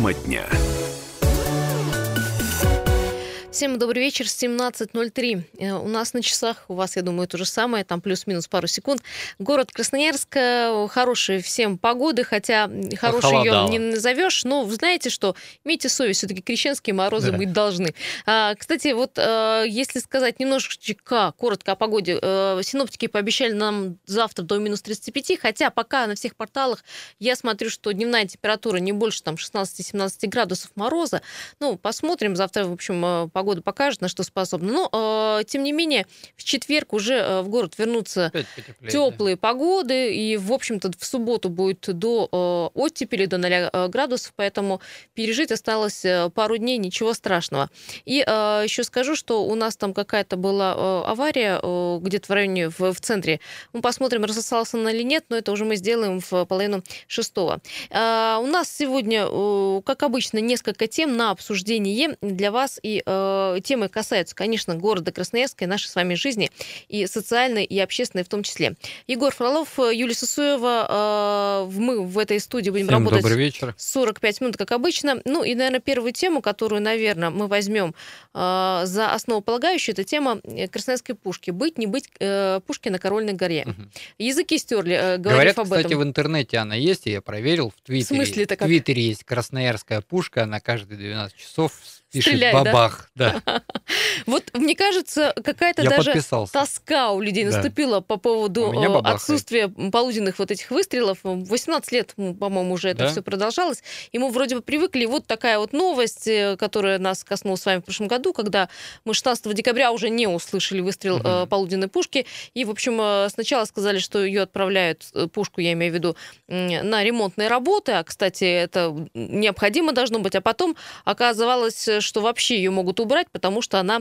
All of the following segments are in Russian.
Тема дня. Всем добрый вечер, 17:03. У нас на часах, у вас, я думаю, то же самое, там плюс-минус пару секунд. Город Красноярск, хорошей всем погоды, хотя хорошей ее не назовешь, но вы знаете что, имейте совесть, все-таки крещенские морозы быть должны. Кстати, вот если сказать немножечко коротко о погоде, синоптики пообещали нам завтра до минус 35, хотя пока на всех порталах я смотрю, что дневная температура не больше там 16-17 градусов мороза. Ну, посмотрим, завтра, в общем, погода покажет, на что способна. Но, тем не менее, в четверг уже в город вернутся теплые погоды, и, в общем-то, в субботу будет до оттепели, до 0 градусов, поэтому пережить осталось пару дней, ничего страшного. И еще скажу, что у нас там какая-то была авария где-то в районе, в центре. Мы посмотрим, рассосался она или нет, но это уже мы сделаем в половину шестого. У нас сегодня, как обычно, несколько тем на обсуждение для вас, и темы касаются, конечно, города Красноярска и нашей с вами жизни, и социальной, и общественной в том числе. Егор Фролов, Юлия Сысоева, мы в этой студии будем Всем работать добрый вечер. 45 минут, как обычно. Ну и, наверное, первую тему, которую, наверное, мы возьмем за основополагающую, это тема Красноярской пушки. Быть, не быть пушки на Корольной горе. Языки стерли, говорив об этом. Кстати, в интернете она есть, я проверил, в Твиттере. В смысле это как? В Твиттере есть красноярская пушка, она каждые 12 часов пишет стреляет, бабах. Да? Вот, мне кажется, какая-то даже тоска у людей наступила по поводу отсутствия полуденных вот этих выстрелов. 18 лет, по-моему, уже это все продолжалось. И мы вроде бы привыкли. Вот такая вот новость, которая нас коснулась с вами в прошлом году, когда мы 16 декабря уже не услышали выстрел полуденной пушки. И, в общем, сначала сказали, что ее отправляют, пушку, я имею в виду, на ремонтные работы. А, кстати, это необходимо должно быть. А потом оказалось, что вообще ее могут убрать, потому что она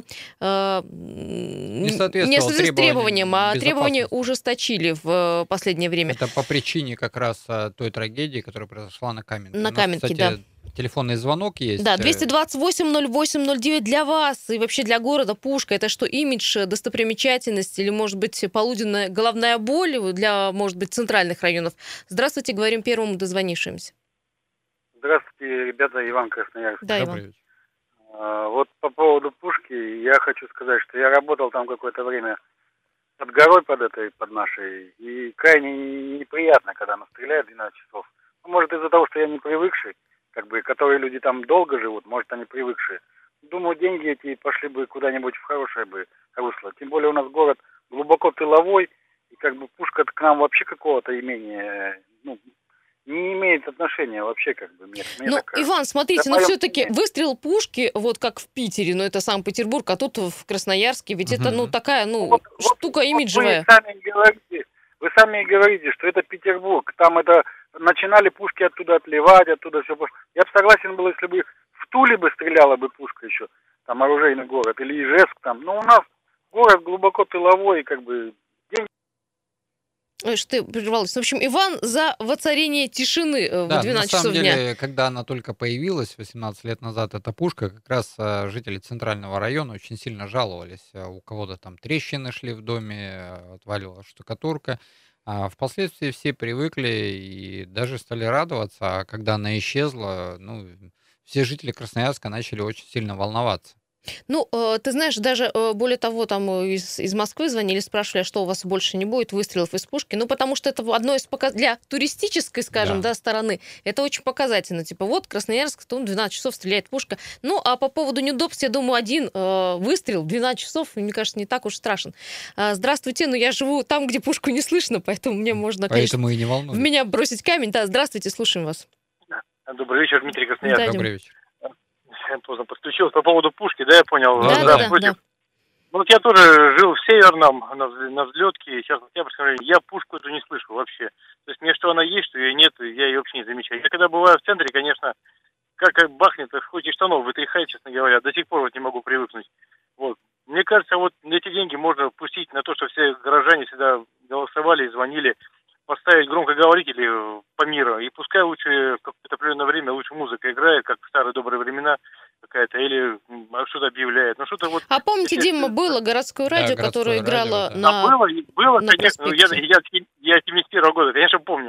не соответствует требованиям, а требования ужесточили в последнее время. Это по причине как раз той трагедии, которая произошла на Каменке. На Каменке, кстати, телефонный звонок есть. Да, 228-08-09 для вас и вообще для города пушка. Это что, имидж, достопримечательность или, может быть, полуденная головная боль для, может быть, центральных районов? Здравствуйте, говорим первому дозвонившимся. Здравствуйте, ребята, Иван Красноярск. Да, Иван. Вот по поводу пушки я хочу сказать, что я работал там какое-то время под горой под нашей, и крайне неприятно, когда она стреляет 12 часов. Ну, может, из-за того, что я не привыкший, которые люди там долго живут, может, они привыкшие. Думаю, деньги эти пошли бы куда-нибудь в хорошее бы русло. Тем более у нас город глубоко тыловой, и пушка к нам вообще какого-то имения, не имеет отношения вообще Иван, смотрите, но все-таки выстрел пушки, вот как в Питере, но это Санкт-Петербург, а тут в Красноярске, ведь это, такая, штука имиджевая. Вы сами говорите, что это Петербург, там это начинали пушки оттуда отливать, оттуда все. Я бы согласен был, если бы в Туле бы стреляла бы пушка еще, там оружейный город, или Ижевск там, но у нас город глубоко тыловой, Что прервалось. В общем, Иван за воцарение тишины в 12 часов дня. На самом деле, когда она только появилась 18 лет назад, эта пушка, как раз жители центрального района очень сильно жаловались. У кого-то там трещины шли в доме, отваливалась штукатурка. А впоследствии все привыкли и даже стали радоваться. А когда она исчезла, все жители Красноярска начали очень сильно волноваться. Ты знаешь, даже более того, там из Москвы звонили, спрашивали, что у вас больше не будет выстрелов из пушки. Потому что это одно из для туристической, скажем, стороны, это очень показательно. Вот Красноярск, 12 часов стреляет пушка. А по поводу неудобств, я думаю, один выстрел 12 часов, мне кажется, не так уж страшен. Здравствуйте, я живу там, где пушку не слышно, поэтому мне можно, конечно, и не волнует. В меня бросить камень. Да, здравствуйте, слушаем вас. Добрый вечер, Дмитрий Красноярск. Да, добрый вечер. Я поздно подключился по поводу пушки, я понял. Да. Я тоже жил в Северном, на взлетке, сейчас в Октябрьском районе. Я пушку эту не слышу вообще. То есть мне что она есть, что ее нет, я ее вообще не замечаю. Я когда бываю в центре, конечно, как бахнет, хоть и штанов вытряхает, честно говоря, до сих пор не могу привыкнуть. Мне кажется, эти деньги можно пустить на то, что все горожане всегда голосовали и звонили, поставить громкоговорители по миру, и пускай лучше в какое-то определенное время лучше музыка играет, как в старые добрые времена какая-то, или что-то объявляет. А помните, Дима, было городское радио, которое играло на было, конечно, я 71 года, конечно, помню.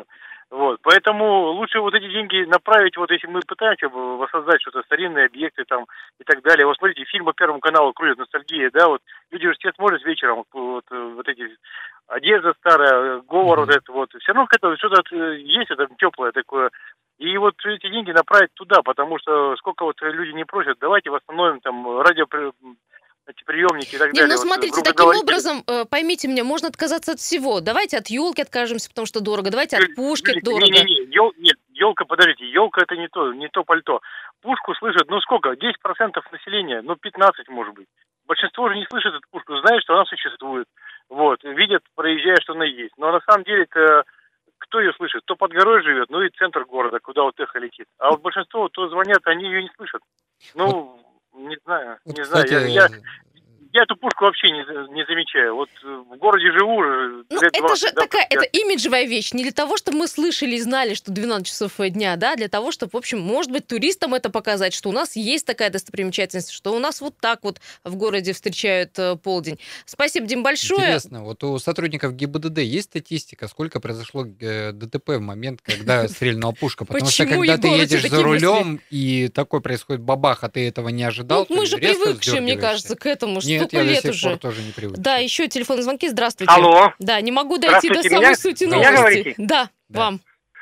Вот, поэтому лучше вот эти деньги направить, вот если мы пытаемся воссоздать что-то, старинные объекты там и так далее. Вот смотрите, фильм по Первому каналу крутят, ностальгия, да, вот люди же все смотрят вечером, вот эти, одежда старая, говор вот этот вот, все равно какое-то что-то есть, это теплое такое. И вот эти деньги направить туда, потому что сколько вот люди не просят, давайте восстановим там эти приемники и так Не, далее. ну Вот, смотрите, грубо таким говоря, образом, поймите меня, можно отказаться от всего. Давайте от елки откажемся, потому что дорого. Давайте от пушки, дорого. Нет, елка, подождите, елка это не то пальто. Пушку слышат, ну сколько, 10% населения, ну 15 может быть. Большинство же не слышит эту пушку, знает, что она существует. Вот, видят, проезжая, что она есть. Но на самом деле это кто ее слышит? Кто под горой живет, ну и центр города, куда вот эхо летит. А вот большинство, кто звонят, они ее не слышат. Ну, не знаю, Вот, не знаю. кстати, Я эту пушку вообще не замечаю. Вот в городе живу уже Ну, лет это 20. же да, такая, это я- имиджевая вещь. Не для того, чтобы мы слышали и знали, что 12 часов дня, да, для того, чтобы, в общем, может быть, туристам это показать, что у нас есть такая достопримечательность, что у нас вот так вот в городе встречают полдень. Спасибо, Дим, большое. интересно, вот у сотрудников ГИБДД есть статистика, сколько произошло ДТП в момент, когда стрельнула пушка? Потому что Почему, когда ты Егор, у едешь тебя за такие мысли? рулем, и такой происходит бабах, а ты этого не ожидал, Ну, мы ты же резко привыкшие, мне вздергиваешься. кажется, к этому. Нет, Столько я до лет сих уже. пор тоже не привык. Да, еще телефонные звонки. Здравствуйте. Алло, Да, не могу дойти до Здравствуйте, самой меня- сути меня новости. говорите? Да, Да. вам.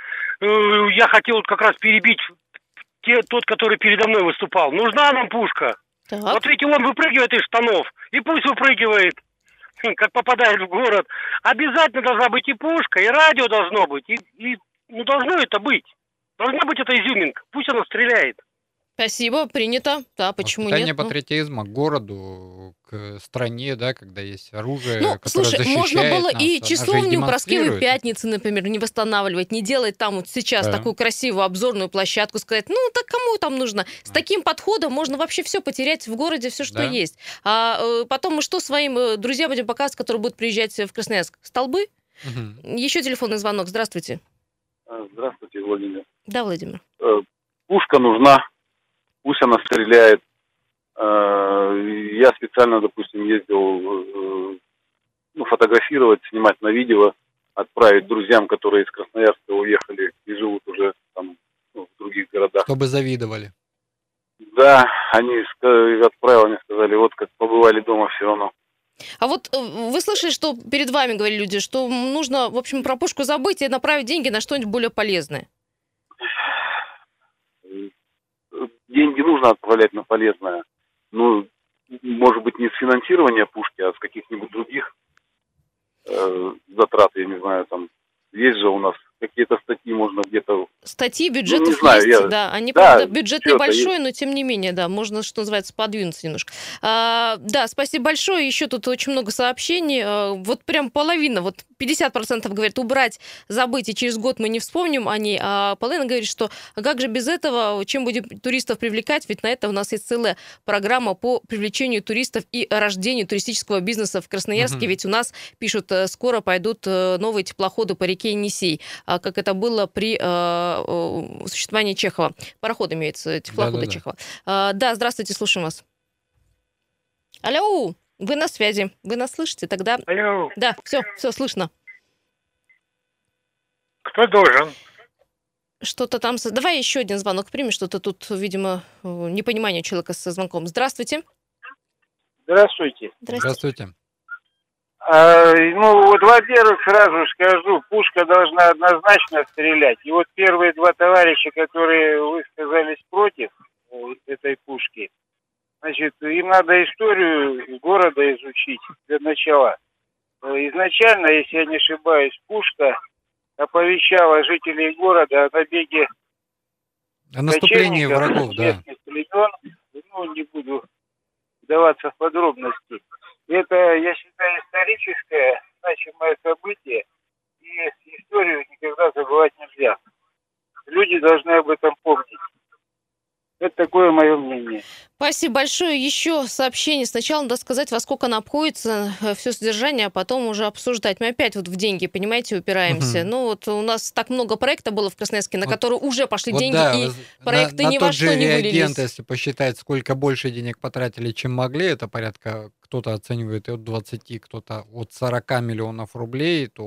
я хотел вот как раз перебить тот, который передо мной выступал. Нужна нам пушка. Так. Вот видите, он выпрыгивает из штанов, и пусть выпрыгивает, как попадает в город. Обязательно должна быть и пушка, и радио должно быть, ну должно это быть. Должна быть эта изюминка, пусть она стреляет. Спасибо, принято. Да, почему Воспитание нет? Ну. патриотизма к городу, к стране, да, когда есть оружие, Ну, которое слушай, защищает можно было нас, и она же часовню Параскевой демонстрирует. Пятницы, например, не восстанавливать, не делать там вот сейчас Да. такую красивую обзорную площадку, сказать, ну, так кому там нужно? С Да. таким подходом можно вообще все потерять в городе, все, что Да. есть. Потом мы что своим друзьям будем показывать, которые будут приезжать в Красноярск? Столбы? Мгм. Еще телефонный звонок. Здравствуйте. Здравствуйте, Владимир. Да, Владимир. Пушка нужна, пусть она стреляет. Я специально, допустим, ездил фотографировать, снимать на видео, отправить друзьям, которые из Красноярска уехали и живут уже там в других городах. Чтобы завидовали. Да, они отправили, они сказали, вот как побывали дома все равно. А вот вы слышали, что перед вами говорили люди, что нужно, в общем, про пушку забыть и направить деньги на что-нибудь более полезное? Деньги нужно отправлять на полезное. Ну, может быть, не с финансирования пушки, а с каких-нибудь других затрат, я не знаю, там. Есть же у нас какие-то статьи, можно где-то... Статьи бюджетов не знаю, есть, да. Они, да, правда, бюджет всё это небольшой, но тем не менее, да, можно, что называется, подвинуться немножко. Да, спасибо большое. Еще тут очень много сообщений. Вот прям половина, вот 50% говорят, убрать, забыть, и через год мы не вспомним о ней. А половина говорит, что как же без этого, чем будем туристов привлекать, ведь на это у нас есть целая программа по привлечению туристов и рождению туристического бизнеса в Красноярске, Мгм. ведь у нас, пишут, скоро пойдут новые теплоходы по реке Енисей, как это было при существовании Чехова. Пароход имеется, теплохода Да-да-да. Чехова. Да, здравствуйте, слушаем вас. Алло, вы на связи, вы нас слышите? Тогда, Алло, да, все слышно. кто должен? Что-то там... Давай еще один звонок примем, что-то тут, видимо, непонимание у человека со звонком. Здравствуйте. Здравствуйте. Здравствуйте. Во-первых, сразу скажу, пушка должна однозначно стрелять. И вот первые два товарища, которые высказались против этой пушки, значит, им надо историю города изучить для начала. Изначально, если я не ошибаюсь, пушка оповещала жителей города о набеге О наступлении кочевников, врагов, да. местных племен. Не буду вдаваться в подробности. Это, я считаю, историческое, значимое событие, и историю никогда забывать нельзя. Люди должны об этом помнить. Это такое мое мнение. Спасибо большое. Еще сообщение. Сначала надо сказать, во сколько она обходится, все содержание, а потом уже обсуждать. Мы опять вот в деньги, понимаете, упираемся. Мгм. Ну вот у нас так много проектов было в Красноярске, на Вот- которые уже пошли Вот деньги, да, и проекты на ни во тот что же не реагент, вылились. если посчитать, сколько больше денег потратили, чем могли, это порядка, кто-то оценивает и от 20, кто-то от 40 миллионов рублей, то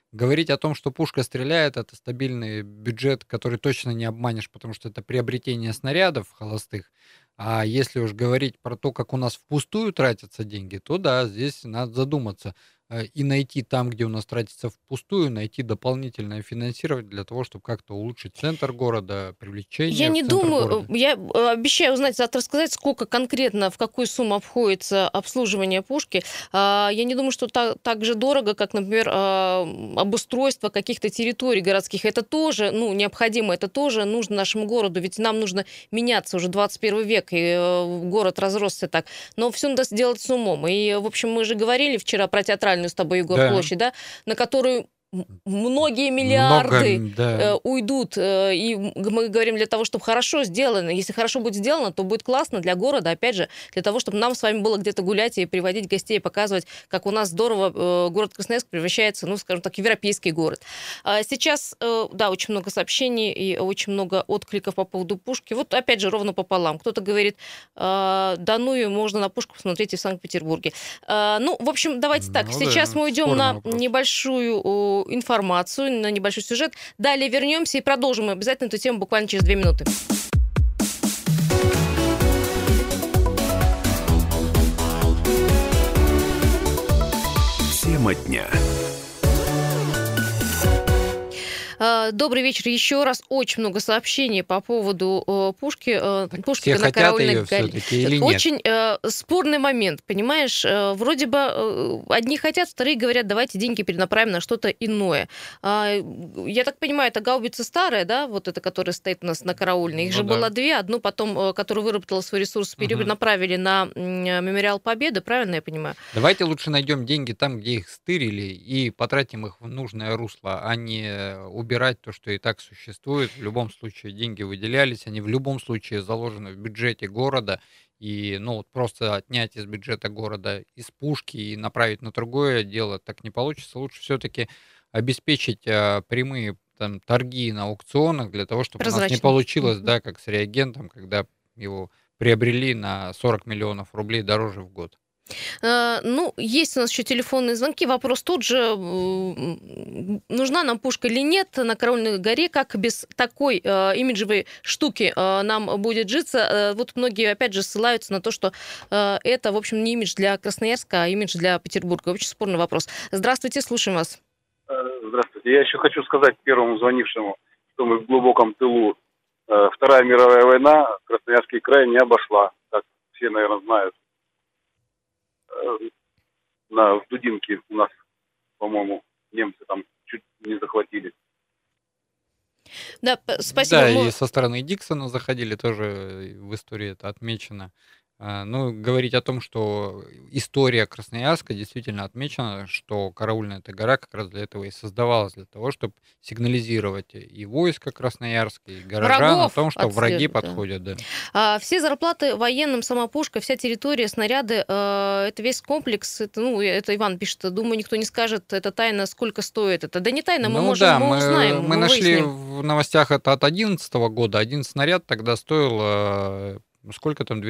Говорить о том, что пушка стреляет, это стабильный бюджет, который точно не обманешь, потому что это приобретение снарядов холостых. А если уж говорить про то, как у нас впустую тратятся деньги, то да, здесь надо задуматься и найти там, где у нас тратится впустую, найти дополнительное финансирование для того, чтобы как-то улучшить центр города, Я привлечение в не центр думаю, города. я обещаю узнать, завтра сказать, сколько конкретно, в какую сумму обходится обслуживание пушки. Я не думаю, что так же дорого, как, например, обустройство каких-то территорий городских. Это тоже, необходимо, это тоже нужно нашему городу, ведь нам нужно меняться, уже 21 век, и город разросся так. Но все надо сделать с умом. И, в общем, мы же говорили вчера про театральную с тобой, Егор, Да, площадь, да, на которую многие много, миллиарды да. уйдут, и мы говорим для того, чтобы хорошо сделано. Если хорошо будет сделано, то будет классно для города, опять же, для того, чтобы нам с вами было где-то гулять и приводить гостей, показывать, как у нас здорово город Красноярск превращается, скажем так, в европейский город. Сейчас, да, очень много сообщений и очень много откликов по поводу пушки. Вот опять же, ровно пополам. Кто-то говорит, да ну и можно на пушку посмотреть и в Санкт-Петербурге. В общем, давайте так. Ну Сейчас да, мы уйдем спорный на вопрос. небольшую информацию, на небольшой сюжет. Далее вернемся и продолжим обязательно эту тему буквально через 2 минуты. Тема дня. Добрый вечер еще раз. Очень много сообщений по поводу пушки Все на хотят Караульной ее горе. все-таки или нет? Очень спорный момент, понимаешь? Вроде бы одни хотят, вторые говорят, давайте деньги перенаправим на что-то иное. Я так понимаю, это гаубица старая, да, вот эта, которая стоит у нас на Караульной. Их же да. было две. Одну потом, которую выработала свой ресурс, перенаправили на Мемориал Победы, правильно я понимаю? Давайте лучше найдем деньги там, где их стырили, и потратим их в нужное русло, а не убирать то, что и так существует. В любом случае деньги выделялись, они в любом случае заложены в бюджете города. И просто отнять из бюджета города из пушки и направить на другое дело так не получится. Лучше все-таки обеспечить прямые торги на аукционах для того, чтобы у нас не Прозрачно. получилось, да, как с реагентом, когда его приобрели на 40 миллионов рублей дороже в год. Есть у нас еще телефонные звонки. Вопрос тот же, нужна нам пушка или нет на Караульной горе, как без такой имиджевой штуки нам будет житься. Вот многие, опять же, ссылаются на то, что это, в общем, не имидж для Красноярска, а имидж для Петербурга. Очень спорный вопрос. Здравствуйте, слушаем вас. Здравствуйте. Я еще хочу сказать первому звонившему, что мы в глубоком тылу. Вторая мировая война Красноярский край не обошла, как все, наверное, знают. В Дудинке у нас, по-моему, немцы там чуть не захватили. Да, спасибо. Да, и со стороны Диксона заходили, тоже в истории это отмечено. Говорить о том, что история Красноярска действительно отмечена, что Караульная эта гора как раз для этого и создавалась, для того, чтобы сигнализировать и войско Красноярска, и горожан Врагов о том, что враги отслеживать, да. подходят. Да. Все зарплаты военным, сама пушка, вся территория, снаряды, это весь комплекс. Это Иван пишет, думаю, никто не скажет, это тайна, сколько стоит это. Да не тайна, мы узнаем. Мы нашли выясним. в новостях это от 2011 года. Один снаряд тогда стоил, сколько там,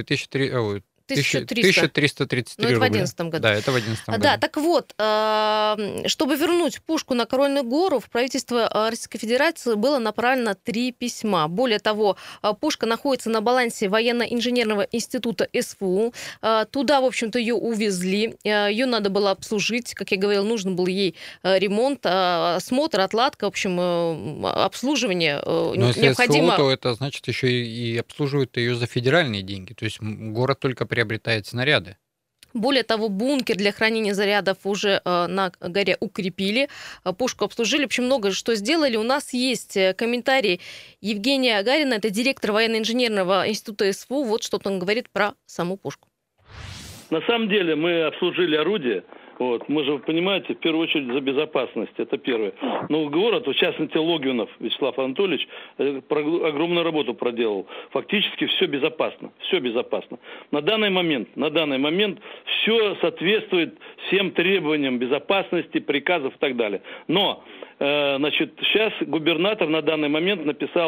1333 это в рубля. 2011 году. Да, это в 2011 году. Да, так вот, чтобы вернуть пушку на Караульную гору, в правительство Российской Федерации было направлено 3 письма. Более того, пушка находится на балансе военно-инженерного института СВУ. Туда, в общем-то, ее увезли. Ее надо было обслужить. Как я говорила, нужен был ей ремонт, осмотр, отладка, в общем, обслуживание. Но если необходимо... СВУ, то это значит еще и обслуживают ее за федеральные деньги. То есть город только приобретает снаряды. Более того, бункер для хранения зарядов уже на горе укрепили, пушку обслужили. В общем, много что сделали. У нас есть комментарий Евгения Агарина, это директор военно-инженерного института СВУ. Вот что он говорит про саму пушку. На самом деле мы обслужили орудие. Мы же, понимаете, в первую очередь за безопасность, это первое. Но город, в частности Логвинов Вячеслав Анатольевич, огромную работу проделал. Фактически все безопасно, все безопасно. На данный момент все соответствует всем требованиям безопасности, приказов и так далее. Но, сейчас губернатор на данный момент написал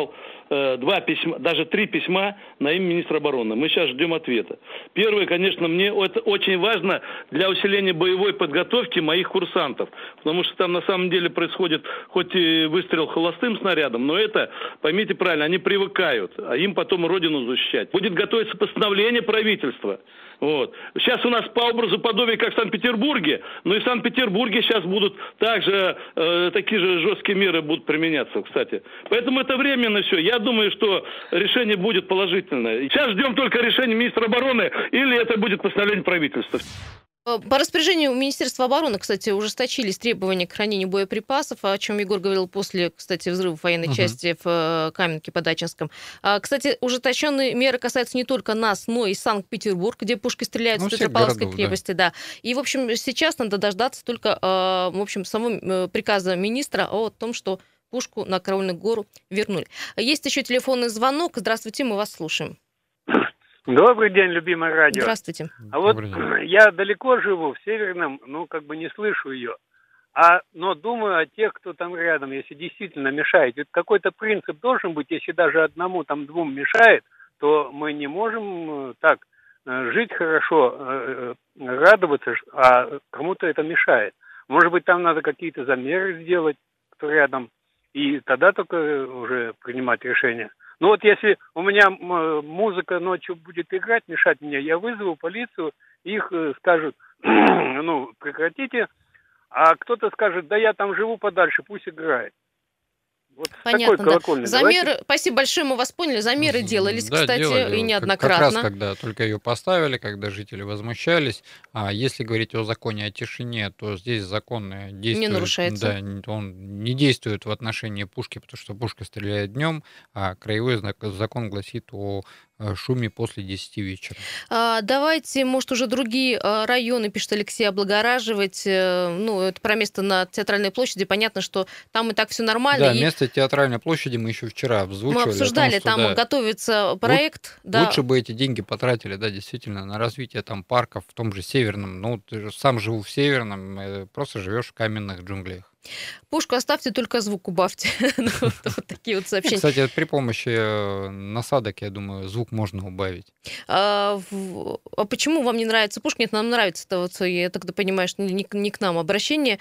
2 письма, даже 3 письма на имя министра обороны. Мы сейчас ждем ответа. Первое, конечно, мне это очень важно для усиления боевой подготовки моих курсантов. Потому что там на самом деле происходит хоть и выстрел холостым снарядом, но это, поймите правильно, они привыкают, а им потом родину защищать. Будет готовиться постановление правительства. Вот. Сейчас у нас по образу подобия, как в Санкт-Петербурге, но и в Санкт-Петербурге сейчас будут также такие же жесткие меры будут применяться, кстати. Поэтому это временно все. Я думаю, что решение будет положительное. Сейчас ждем только решения министра обороны, или это будет постановление правительства. По распоряжению Министерства обороны, кстати, ужесточились требования к хранению боеприпасов, о чем Егор говорил после, кстати, взрывов военной части в Каменке под Ачинском. Кстати, ужесточенные меры касаются не только нас, но и Санкт-Петербург, где пушки стреляют с Петропавловской крепости. Да. И, в общем, сейчас надо дождаться только, в общем, самого приказа министра о том, что пушку на Караульную гору вернули. Есть еще телефонный звонок. Здравствуйте, мы вас слушаем. Добрый день, любимое радио. Здравствуйте. А вот я далеко живу, в Северном, как бы не слышу ее. Но думаю о тех, кто там рядом, если действительно мешает. Ведь какой-то принцип должен быть, если даже одному, там, двум мешает, то мы не можем так жить хорошо, радоваться, а кому-то это мешает. Может быть, там надо какие-то замеры сделать, кто рядом, и тогда только уже принимать решение. Ну вот если у меня музыка ночью будет играть, мешать мне, я вызову полицию, их скажут, прекратите, а кто-то скажет, да я там живу подальше, пусть играет. Вот понятно, такой колокольный. Замеры, Давайте. Спасибо большое, мы вас поняли. Замеры делались, Да, кстати, делали. и неоднократно. Как раз, когда только ее поставили, когда жители возмущались. А если говорить о законе о тишине, то здесь закон действует. Не нарушается. Да, он не действует в отношении пушки, потому что пушка стреляет днем, а краевой закон гласит о шуме после 10 вечера. Давайте, может, уже другие районы, пишет Алексей, облагораживать. Это про место на Театральной площади. Понятно, что там и так все нормально. Да, место Театральной площади мы еще вчера взвучивали. Мы обсуждали, том, что, там готовится проект. Лучше бы эти деньги потратили, да, действительно, на развитие там парков в том же Северном. Ты же сам живу в Северном, просто живешь в каменных джунглях. Пушку оставьте, только звук убавьте. Вот такие вот сообщения. Кстати, при помощи насадок, я думаю, звук можно убавить. А почему вам не нравится пушка? Нет, нам нравится. Я тогда понимаю, что не к нам обращение.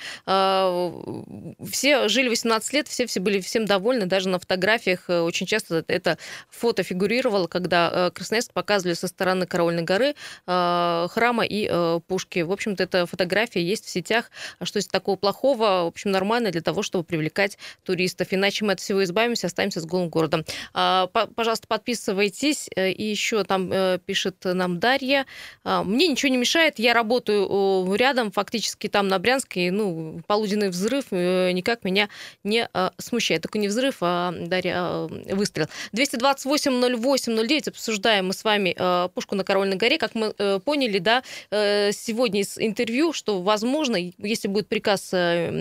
Все жили 18 лет, все были всем довольны. Даже на фотографиях очень часто это фото фигурировало, когда Красноярск показывали со стороны Караульной горы, храма и пушки. В общем-то, эта фотография есть в сетях. А что есть такого плохого? В общем, нормально для того, чтобы привлекать туристов. Иначе мы от всего избавимся, останемся с голым городом. Пожалуйста, подписывайтесь. И еще там пишет нам Дарья. Мне ничего не мешает. Я работаю рядом, фактически там на Брянске. Полуденный взрыв никак меня не смущает. Только не взрыв, а, Дарья, выстрел. 228-08-09. Обсуждаем мы с вами пушку на Караульной горе. Как мы поняли, да, сегодня из интервью, что, возможно, если будет приказ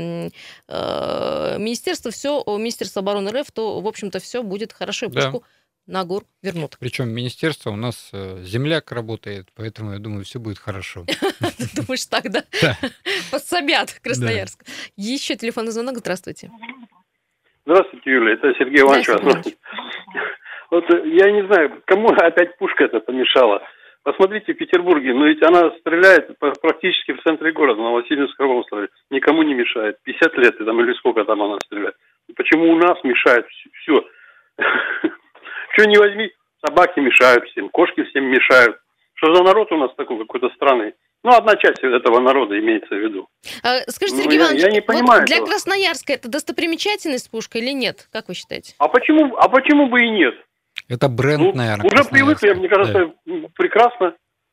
Министерства обороны РФ, то, в общем-то, все будет хорошо, и пушку на гору вернут. Причем министерство у нас земляк работает, поэтому, я думаю, все будет хорошо. Ты думаешь так, да? Подсобят Красноярск. Еще телефонный звонок. Здравствуйте. Здравствуйте, Юля. Это Сергей Иванович. Вот я не знаю, кому опять пушка эта помешала. Посмотрите, в Петербурге, ведь она стреляет практически в центре города, на Васильевском острове. Никому не мешает. 50 лет или сколько там она стреляет. Почему у нас мешает все? Что не возьми, собаки мешают всем, кошки всем мешают. Что за народ у нас такой какой-то странный? Одна часть этого народа имеется в виду. Скажите, Сергей Иванович, я не понимаю, для Красноярска это достопримечательность пушка или нет? Как вы считаете? А почему бы и нет? Это бренд, наверное. Уже привыкли, мне кажется, прекрасно.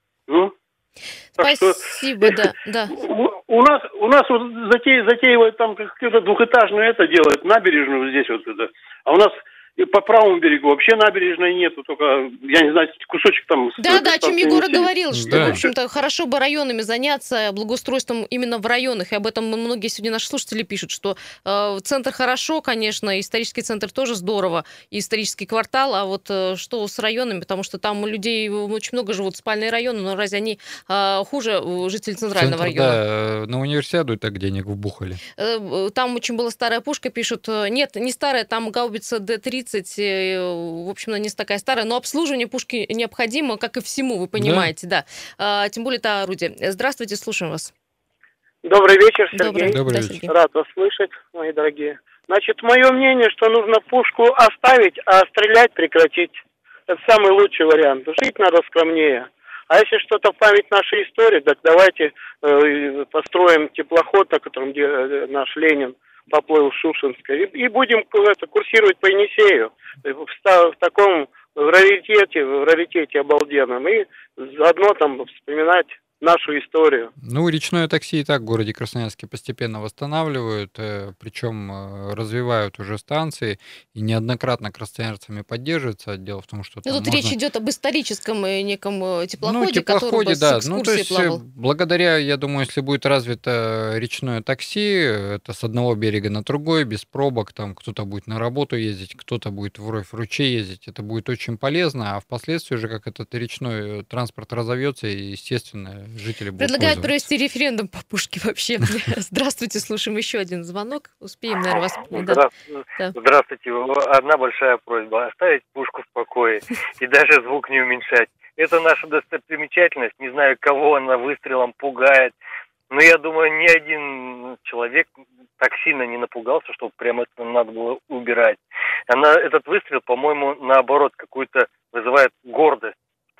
Спасибо, да. У нас вот затеивают там какую-то двухэтажную делают, набережную здесь вот это. А у нас по правому берегу вообще набережной нету, только, я не знаю, кусочек там... Да, о чем Егор говорил, что, в общем-то, хорошо бы районами заняться, благоустройством именно в районах, и об этом многие сегодня наши слушатели пишут, что центр хорошо, конечно, исторический центр тоже здорово, и исторический квартал, а вот что с районами, потому что там у людей очень много живут спальные районы, но разве они хуже жителей центрального района? Да, на универсиаду и так денег вбухали. Там очень была старая пушка, пишут, нет, не старая, там гаубица Д-30, 30, в общем, она не такая старая, но обслуживание пушки необходимо, как и всему, вы понимаете, да. Тем более это орудие. Здравствуйте, слушаем вас. Добрый вечер, Сергей. Добрый вечер. вечер. Рад вас слышать, мои дорогие. Значит, мое мнение, что нужно пушку оставить, а стрелять прекратить. Это самый лучший вариант. Жить надо скромнее. А если что-то в память нашей истории, так давайте построим теплоход, на котором наш Ленин поплыл в Шушенское, и будем курсировать по Енисею в таком раритете обалденном, и заодно там вспоминать нашу историю. Ну, речное такси и так в городе Красноярске постепенно восстанавливают, причем развивают уже станции, и неоднократно красноярцами поддерживается. Дело в том, что там Тут речь идет об историческом неком теплоходе, теплоходе, который бы да. с Ну, то экскурсией есть, плавал. благодаря, я думаю, если будет развито речное такси, это с одного берега на другой, без пробок, там кто-то будет на работу ездить, кто-то будет в ручей ездить, это будет очень полезно, а впоследствии уже, как этот речной транспорт разовьется, и, естественно, жители будут Предлагают пользоваться. провести референдум по пушке вообще. Здравствуйте, слушаем еще один звонок. Успеем, наверное, вас... Да. Здравствуйте. Одна большая просьба. Оставить пушку в покое и даже звук не уменьшать. Это наша достопримечательность. Не знаю, кого она выстрелом пугает. Но я думаю, ни один человек так сильно не напугался, что прямо это надо было убирать. Этот выстрел, по-моему, наоборот, какую-то вызывает гордость.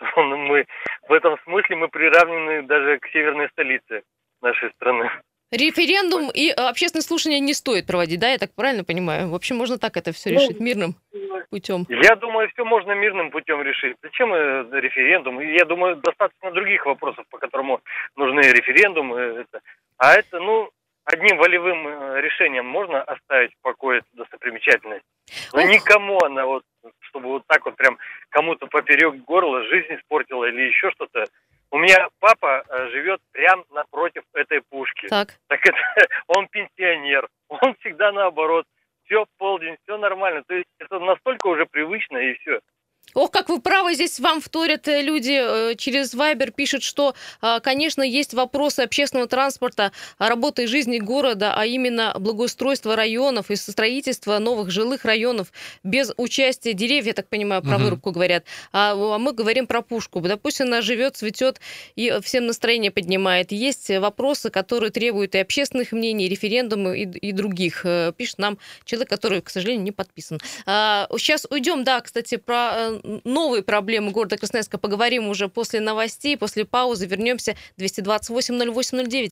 Мы в этом смысле мы приравнены даже к северной столице нашей страны. Референдум и общественное слушание не стоит проводить, да, я так правильно понимаю? В общем, можно так это все решить мирным путем. Я думаю, все можно мирным путем решить. Зачем референдум? Я думаю, достаточно других вопросов, по которым нужны референдумы. А это, одним волевым решением можно оставить в покое достопримечательность. Но никому она чтобы вот так вот прям кому-то поперек горла жизнь испортила или еще что-то. У меня папа живет прямо напротив этой пушки. Так это он пенсионер, он всегда наоборот. Все полдень, все нормально. То есть это настолько уже привычно и все. Ох, как вы правы, здесь вам вторят люди через Viber, пишут, что, конечно, есть вопросы общественного транспорта, работы и жизни города, а именно благоустройство районов и строительство новых жилых районов без участия деревьев, я так понимаю, про вырубку говорят. А мы говорим про пушку. Да пусть она живет, цветет и всем настроение поднимает. Есть вопросы, которые требуют и общественных мнений, и референдума, и других. Пишет нам человек, который, к сожалению, не подписан. Сейчас уйдем, да, кстати, про новые проблемы города Красноярска поговорим уже после новостей, после паузы. Вернемся. 228-08-09.